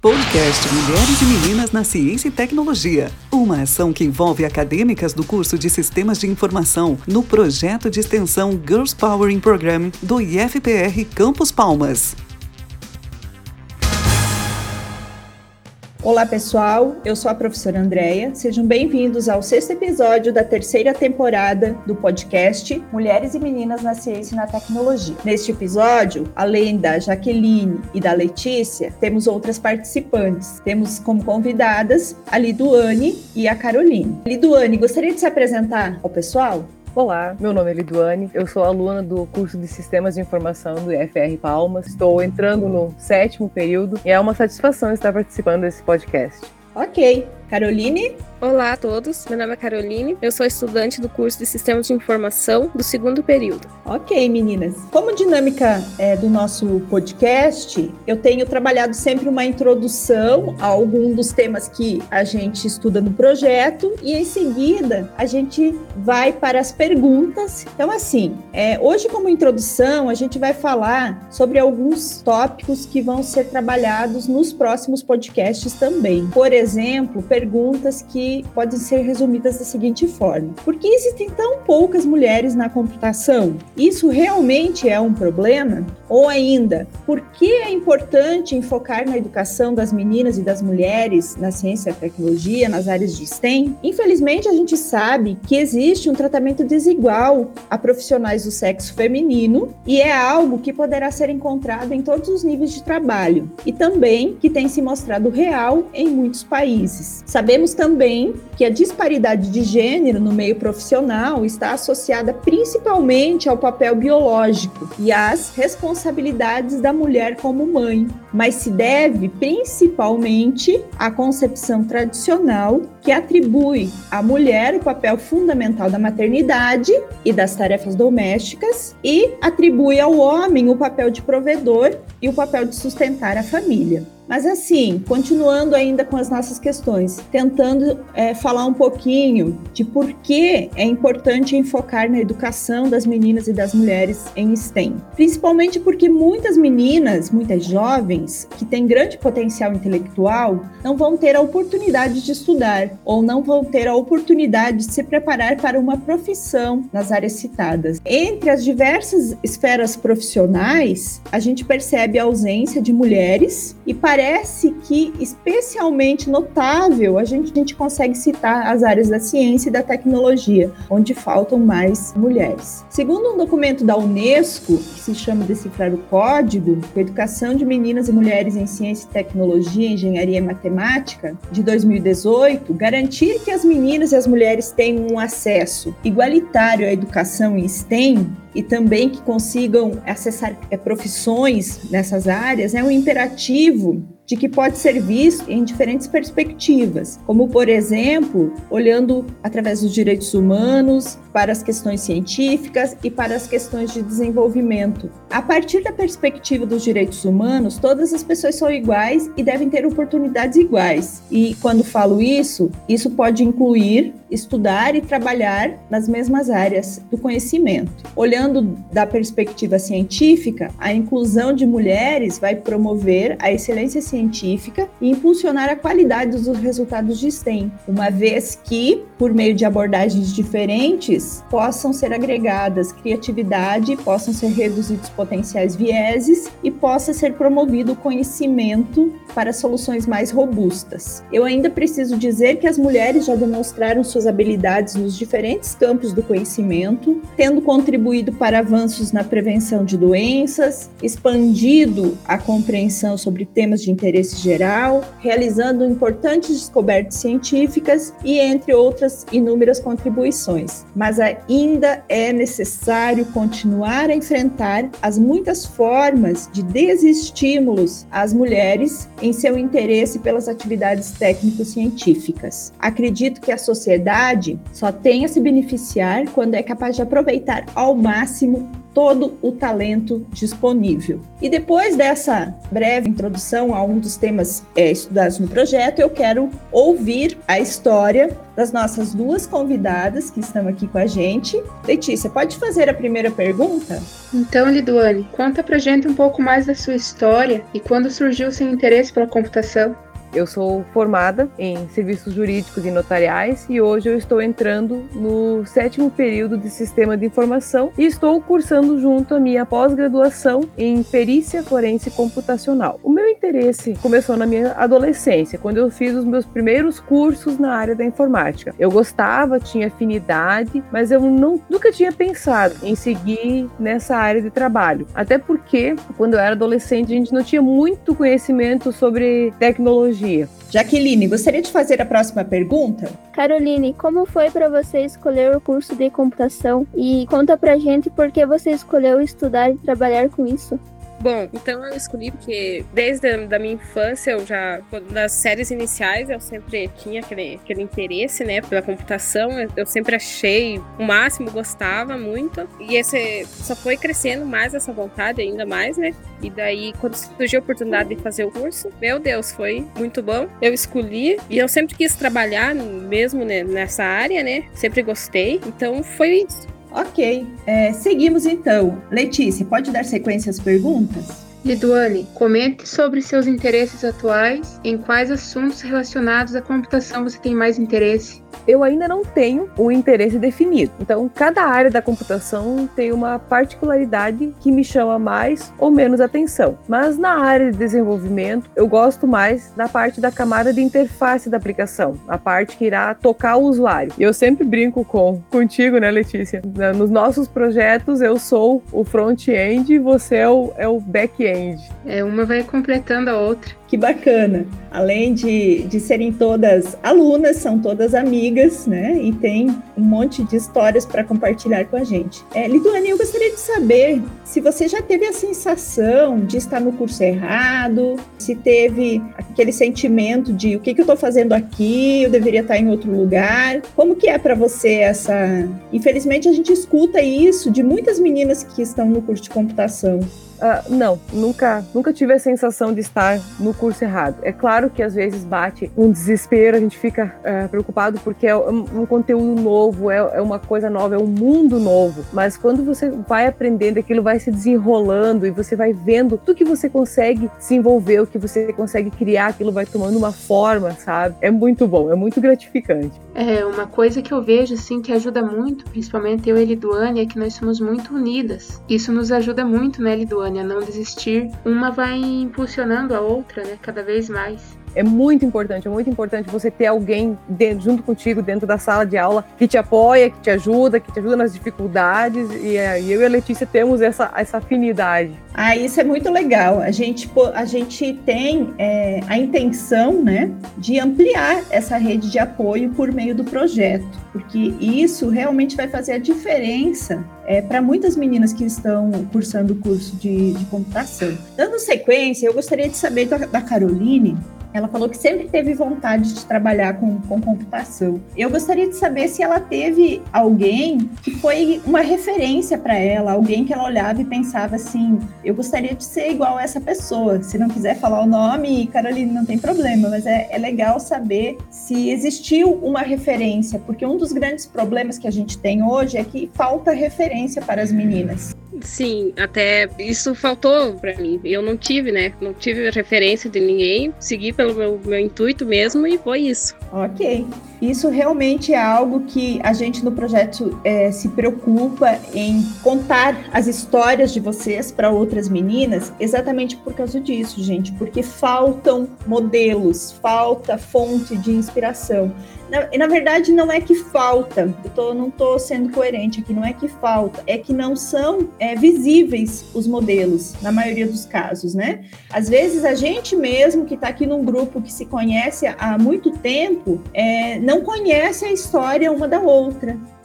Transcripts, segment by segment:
Podcast Mulheres e Meninas na Ciência e Tecnologia. Uma ação que envolve acadêmicas do curso de Sistemas de Informação no projeto de extensão Girls Powering Program do IFPR Campus Palmas. Olá pessoal, eu sou a professora Andréia, sejam bem-vindos ao 6º episódio da 3ª temporada do podcast Mulheres e Meninas na Ciência e na Tecnologia. Neste episódio, além da Jaqueline e da Letícia, temos outras participantes. Temos como convidadas a Liduane e a Caroline. Liduane, gostaria de se apresentar ao pessoal? Olá, meu nome é Liduane, eu sou aluna do curso de Sistemas de Informação do IFPR Palmas, estou entrando no 7º período e é uma satisfação estar participando desse podcast. Ok. Caroline? Olá a todos, meu nome é Caroline, eu sou estudante do curso de Sistemas de Informação do 2º período. Ok, meninas. Como dinâmica do nosso podcast, eu tenho trabalhado sempre uma introdução a algum dos temas que a gente estuda no projeto e em seguida a gente vai para as perguntas. Então assim, hoje como introdução a gente vai falar sobre alguns tópicos que vão ser trabalhados nos próximos podcasts também. Por exemplo, perguntas que podem ser resumidas da seguinte forma: por que existem tão poucas mulheres na computação? Isso realmente é um problema? Ou ainda, por que é importante enfocar na educação das meninas e das mulheres na ciência e tecnologia, nas áreas de STEM? Infelizmente, a gente sabe que existe um tratamento desigual a profissionais do sexo feminino e é algo que poderá ser encontrado em todos os níveis de trabalho e também que tem se mostrado real em muitos países. Sabemos também que a disparidade de gênero no meio profissional está associada principalmente ao papel biológico e às responsabilidades da mulher como mãe, mas se deve principalmente à concepção tradicional que atribui à mulher o papel fundamental da maternidade e das tarefas domésticas e atribui ao homem o papel de provedor e o papel de sustentar a família. Mas assim, continuando ainda com as nossas questões, tentando falar um pouquinho de por que é importante enfocar na educação das meninas e das mulheres em STEM. Principalmente porque muitas meninas, muitas jovens, que têm grande potencial intelectual, não vão ter a oportunidade de estudar ou não vão ter a oportunidade de se preparar para uma profissão nas áreas citadas. Entre as diversas esferas profissionais, a gente percebe a ausência de mulheres e parece que, especialmente notável, a gente consegue citar as áreas da ciência e da tecnologia, onde faltam mais mulheres. Segundo um documento da Unesco, que se chama Decifrar o Código, Educação de Meninas e Mulheres em Ciência e Tecnologia, Engenharia e Matemática, de 2018, garantir que as meninas e as mulheres tenham um acesso igualitário à educação em STEM e também que consigam acessar profissões nessas áreas é um imperativo de que pode ser visto em diferentes perspectivas, como, por exemplo, olhando através dos direitos humanos, para as questões científicas e para as questões de desenvolvimento. A partir da perspectiva dos direitos humanos, todas as pessoas são iguais e devem ter oportunidades iguais. E quando falo isso pode incluir estudar e trabalhar nas mesmas áreas do conhecimento. Olhando da perspectiva científica, a inclusão de mulheres vai promover a excelência científica e impulsionar a qualidade dos resultados de STEM, uma vez que, por meio de abordagens diferentes, possam ser agregadas criatividade, possam ser reduzidos potenciais vieses e possa ser promovido o conhecimento para soluções mais robustas. Eu ainda preciso dizer que as mulheres já demonstraram suas habilidades nos diferentes campos do conhecimento, tendo contribuído para avanços na prevenção de doenças, expandido a compreensão sobre temas de interesse geral, realizando importantes descobertas científicas e entre outras inúmeras contribuições. Mas ainda é necessário continuar a enfrentar as muitas formas de desestímulos às mulheres em seu interesse pelas atividades técnico-científicas. Acredito que a sociedade só tem a se beneficiar quando é capaz de aproveitar ao máximo todo o talento disponível. E depois dessa breve introdução a um dos temas estudados no projeto, eu quero ouvir a história das nossas duas convidadas que estão aqui com a gente. Letícia, pode fazer a primeira pergunta? Então, Liduane, conta pra gente um pouco mais da sua história e quando surgiu o seu interesse pela computação. Eu sou formada em serviços jurídicos e notariais e hoje eu estou entrando no 7º período de Sistema de Informação e estou cursando junto a minha pós-graduação em Perícia Forense Computacional. O meu interesse começou na minha adolescência, quando eu fiz os meus primeiros cursos na área da informática. Eu gostava, tinha afinidade, mas eu nunca tinha pensado em seguir nessa área de trabalho. Até porque, quando eu era adolescente, a gente não tinha muito conhecimento sobre tecnologia. Jaqueline, gostaria de fazer a próxima pergunta? Caroline, como foi para você escolher o curso de computação? E conta pra gente por que você escolheu estudar e trabalhar com isso. Bom, então eu escolhi porque desde a minha infância, das séries iniciais, eu sempre tinha aquele interesse, né, pela computação. Eu sempre achei o máximo, gostava muito. E esse só foi crescendo mais essa vontade, ainda mais, né? E daí, quando surgiu a oportunidade de fazer o curso, meu Deus, foi muito bom. Eu escolhi e eu sempre quis trabalhar mesmo, né, nessa área, né? Sempre gostei. Então foi isso. Ok, seguimos então. Letícia, pode dar sequência às perguntas? Liduane, comente sobre seus interesses atuais, em quais assuntos relacionados à computação você tem mais interesse. Eu ainda não tenho um interesse definido. Então, cada área da computação tem uma particularidade que me chama mais ou menos atenção. Mas na área de desenvolvimento, eu gosto mais da parte da camada de interface da aplicação, a parte que irá tocar o usuário. E eu sempre brinco contigo, né, Letícia? Nos nossos projetos, eu sou o front-end e você é o back-end. Uma vai completando a outra. Que bacana! Além de serem todas alunas, são todas amigas, né? E tem um monte de histórias para compartilhar com a gente. Liduane, eu gostaria de saber se você já teve a sensação de estar no curso errado, se teve aquele sentimento de o que eu estou fazendo aqui, eu deveria estar em outro lugar. Como que é para você essa... Infelizmente, a gente escuta isso de muitas meninas que estão no curso de computação. Não, nunca tive a sensação de estar no curso errado. É claro que às vezes bate um desespero, a gente fica preocupado porque é um conteúdo novo, é uma coisa nova, é um mundo novo. Mas quando você vai aprendendo, aquilo vai se desenrolando e você vai vendo tudo que você consegue desenvolver, o que você consegue criar, aquilo vai tomando uma forma, sabe? É muito bom, é muito gratificante. Uma coisa que eu vejo, assim, que ajuda muito, principalmente eu e a Liduane, é que nós somos muito unidas. Isso nos ajuda muito, né, Liduane, a não desistir. Uma vai impulsionando a outra, né, cada vez mais. É muito importante você ter alguém junto contigo dentro da sala de aula que te apoia, que te ajuda nas dificuldades, e eu e a Letícia temos essa afinidade. Isso é muito legal. A gente tem a intenção, né, de ampliar essa rede de apoio por meio do projeto, porque isso realmente vai fazer a diferença para muitas meninas que estão cursando o curso de computação. Dando sequência, eu gostaria de saber da Caroline. Ela falou que sempre teve vontade de trabalhar com computação. Eu gostaria de saber se ela teve alguém que foi uma referência para ela, alguém que ela olhava e pensava assim, eu gostaria de ser igual a essa pessoa. Se não quiser falar o nome, Caroline, não tem problema, mas é legal saber se existiu uma referência, porque um dos grandes problemas que a gente tem hoje é que falta referência para as meninas. Sim, até isso faltou pra mim. Eu não tive, né? Não tive referência de ninguém. Segui pelo meu intuito mesmo e foi isso. Ok. Isso realmente é algo que a gente no projeto se preocupa em contar as histórias de vocês para outras meninas, exatamente por causa disso, gente. Porque faltam modelos, falta fonte de inspiração. Na verdade, não é que falta, não estou sendo coerente aqui, não é que falta, é que não são visíveis os modelos, na maioria dos casos, né? Às vezes, a gente mesmo, que está aqui num grupo que se conhece há muito tempo, não conhece a história uma da outra.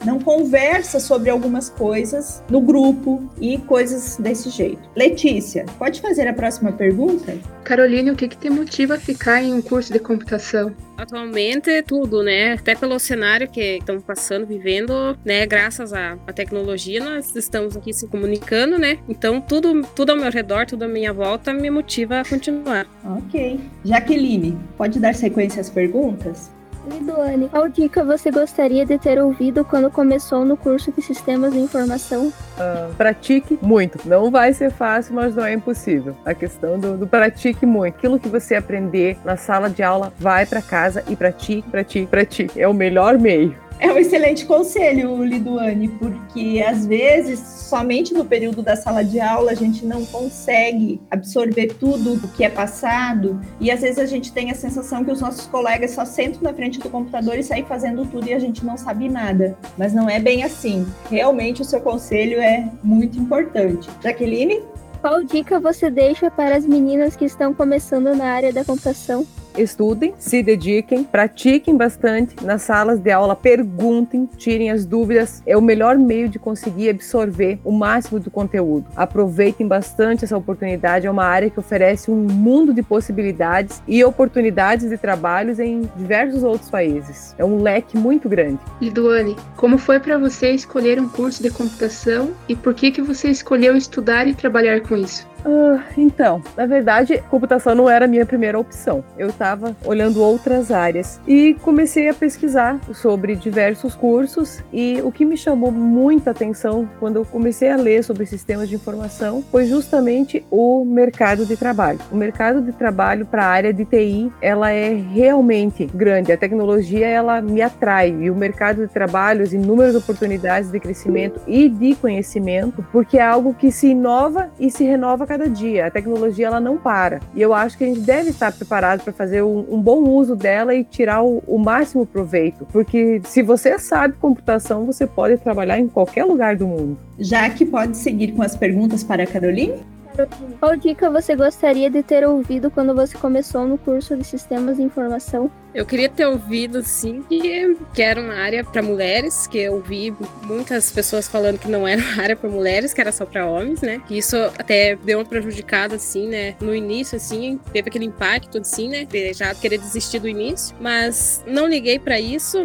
não conversa sobre algumas coisas no grupo e coisas desse jeito. Letícia, pode fazer a próxima pergunta? Caroline, o que te motiva a ficar em um curso de computação? Atualmente tudo, né? Até pelo cenário que estamos passando, vivendo, né? Graças à tecnologia, nós estamos aqui se comunicando, né? Então tudo ao meu redor, tudo à minha volta me motiva a continuar. Ok. Jaqueline, pode dar sequência às perguntas? Liduane, qual dica você gostaria de ter ouvido quando começou no curso de Sistemas de Informação? Pratique muito. Não vai ser fácil, mas não é impossível. A questão do pratique muito. Aquilo que você aprender na sala de aula, vai para casa e pratique. É o melhor meio. É um excelente conselho, Liduane, porque às vezes, somente no período da sala de aula, a gente não consegue absorver tudo o que é passado, e às vezes a gente tem a sensação que os nossos colegas só sentam na frente do computador e saem fazendo tudo e a gente não sabe nada. Mas não é bem assim. Realmente o seu conselho é muito importante. Jaqueline? Qual dica você deixa para as meninas que estão começando na área da computação? Estudem, se dediquem, pratiquem bastante nas salas de aula, perguntem, tirem as dúvidas. É o melhor meio de conseguir absorver o máximo do conteúdo. Aproveitem bastante essa oportunidade. É uma área que oferece um mundo de possibilidades e oportunidades de trabalhos em diversos outros países. É um leque muito grande. Liduane, como foi para você escolher um curso de computação e por que você escolheu estudar e trabalhar com isso? Então, na verdade, computação não era a minha primeira opção. Eu estava olhando outras áreas e comecei a pesquisar sobre diversos cursos, e o que me chamou muita atenção quando eu comecei a ler sobre sistemas de informação foi justamente o mercado de trabalho. O mercado de trabalho para a área de TI, ela é realmente grande. A tecnologia, ela me atrai, e o mercado de trabalho, as inúmeras oportunidades de crescimento e de conhecimento, porque é algo que se inova e se renova cada dia. A tecnologia, ela não para. E eu acho que a gente deve estar preparado para fazer um bom uso dela e tirar o máximo proveito. Porque se você sabe computação, você pode trabalhar em qualquer lugar do mundo. Jaque, pode seguir com as perguntas para a Caroline? Qual dica você gostaria de ter ouvido quando você começou no curso de Sistemas de Informação? Eu queria ter ouvido, sim, que era uma área para mulheres, que eu ouvi muitas pessoas falando que não era uma área para mulheres, que era só para homens, né? Que isso até deu uma prejudicada, assim, né? No início, assim, teve aquele impacto, assim, né? De já querer desistir do início, mas não liguei para isso,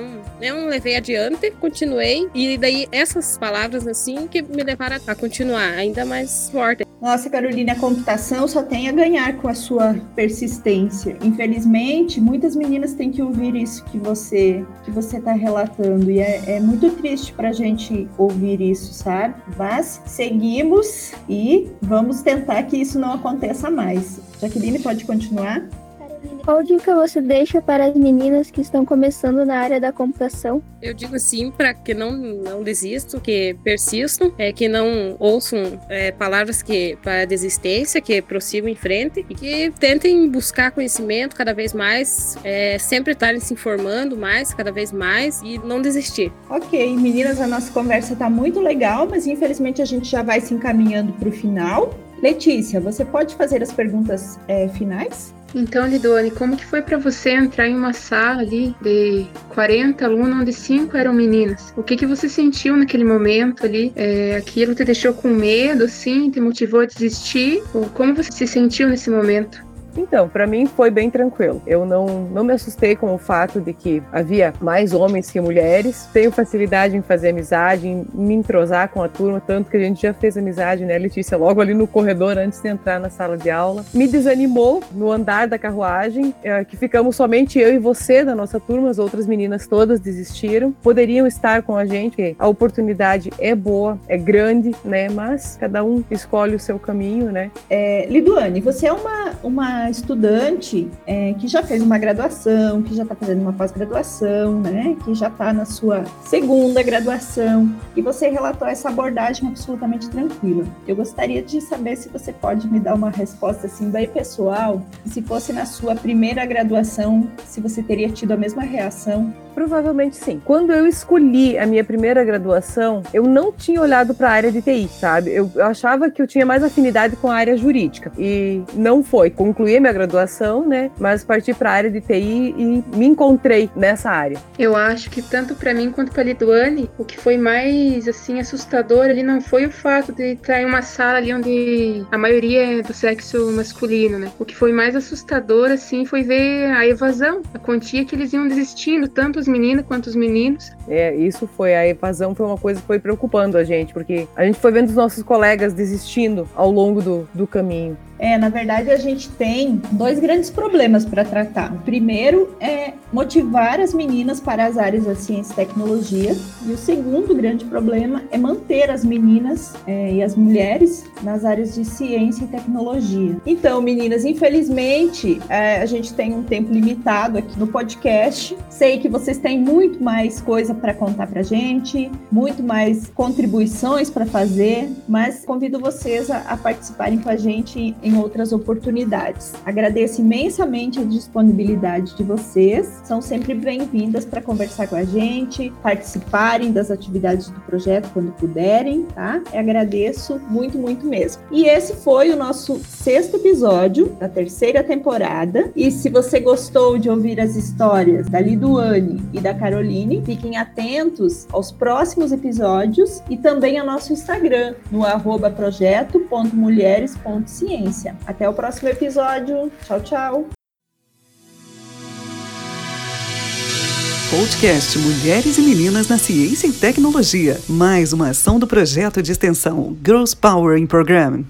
não levei adiante, continuei, e daí essas palavras, assim, que me levaram a continuar ainda mais forte. Nossa, Carolina, a computação só tem a ganhar com a sua persistência. Infelizmente, muitas meninas têm que ouvir isso que você está relatando, e é muito triste para a gente ouvir isso, sabe? Mas seguimos e vamos tentar que isso não aconteça mais. Jaqueline, pode continuar? Qual dica você deixa para as meninas que estão começando na área da computação? Eu digo assim, para que não desistam, que persistam, que não ouçam palavras para desistência, que prossigam em frente e que tentem buscar conhecimento cada vez mais, sempre estarem se informando mais, cada vez mais, e não desistir. Ok, meninas, a nossa conversa está muito legal, mas infelizmente a gente já vai se encaminhando para o final. Letícia, você pode fazer as perguntas finais? Então, Liduane, como que foi para você entrar em uma sala ali de 40 alunos, onde 5 eram meninas? O que você sentiu naquele momento ali? Aquilo te deixou com medo, assim, te motivou a desistir? Ou como você se sentiu nesse momento? Então, para mim foi bem tranquilo. Eu não me assustei com o fato de que havia mais homens que mulheres. Tenho facilidade em fazer amizade, em me entrosar com a turma, tanto que a gente já fez amizade, né, Letícia? Logo ali no corredor, antes de entrar na sala de aula. Me desanimou no andar da carruagem, que ficamos somente eu e você da nossa turma, as outras meninas todas desistiram. Poderiam estar com a gente, a oportunidade é boa, é grande, né? Mas cada um escolhe o seu caminho, né? Liduane, você é uma estudante que já fez uma graduação, que já está fazendo uma pós-graduação, né? Que já está na sua segunda graduação, e você relatou essa abordagem absolutamente tranquila. Eu gostaria de saber se você pode me dar uma resposta assim bem pessoal, se fosse na sua primeira graduação, se você teria tido a mesma reação. Provavelmente sim. Quando eu escolhi a minha primeira graduação, eu não tinha olhado para a área de TI, sabe? Eu achava que eu tinha mais afinidade com a área jurídica, e não foi. Concluí concluí a minha graduação, né? Mas parti para a área de TI e me encontrei nessa área. Eu acho que tanto para mim quanto para a Liduane, o que foi mais assim assustador ali não foi o fato de estar em uma sala ali onde a maioria é do sexo masculino, né? O que foi mais assustador assim foi ver a evasão, a quantia que eles iam desistindo, tanto as meninas quanto os meninos. Isso foi, a evasão foi uma coisa que foi preocupando a gente, porque a gente foi vendo os nossos colegas desistindo ao longo do caminho. Na verdade, a gente tem 2 grandes problemas para tratar. O primeiro é motivar as meninas para as áreas da ciência e tecnologia. E o segundo grande problema é manter as meninas e as mulheres nas áreas de ciência e tecnologia. Então, meninas, infelizmente, a gente tem um tempo limitado aqui no podcast. Sei que vocês têm muito mais coisa para contar para a gente, muito mais contribuições para fazer, mas convido vocês a participarem com a gente em outras oportunidades. Agradeço imensamente a disponibilidade de vocês. São sempre bem-vindas para conversar com a gente, participarem das atividades do projeto quando puderem, tá? Eu agradeço muito, muito mesmo. E esse foi o nosso 6º episódio da 3ª temporada. E se você gostou de ouvir as histórias da Liduane e da Caroline, fiquem atentos aos próximos episódios e também ao nosso Instagram, no @projeto.mulheres.ciência. Até o próximo episódio. Tchau, tchau. Podcast Mulheres e Meninas na Ciência e Tecnologia. Mais uma ação do projeto de extensão Girls Power in Program.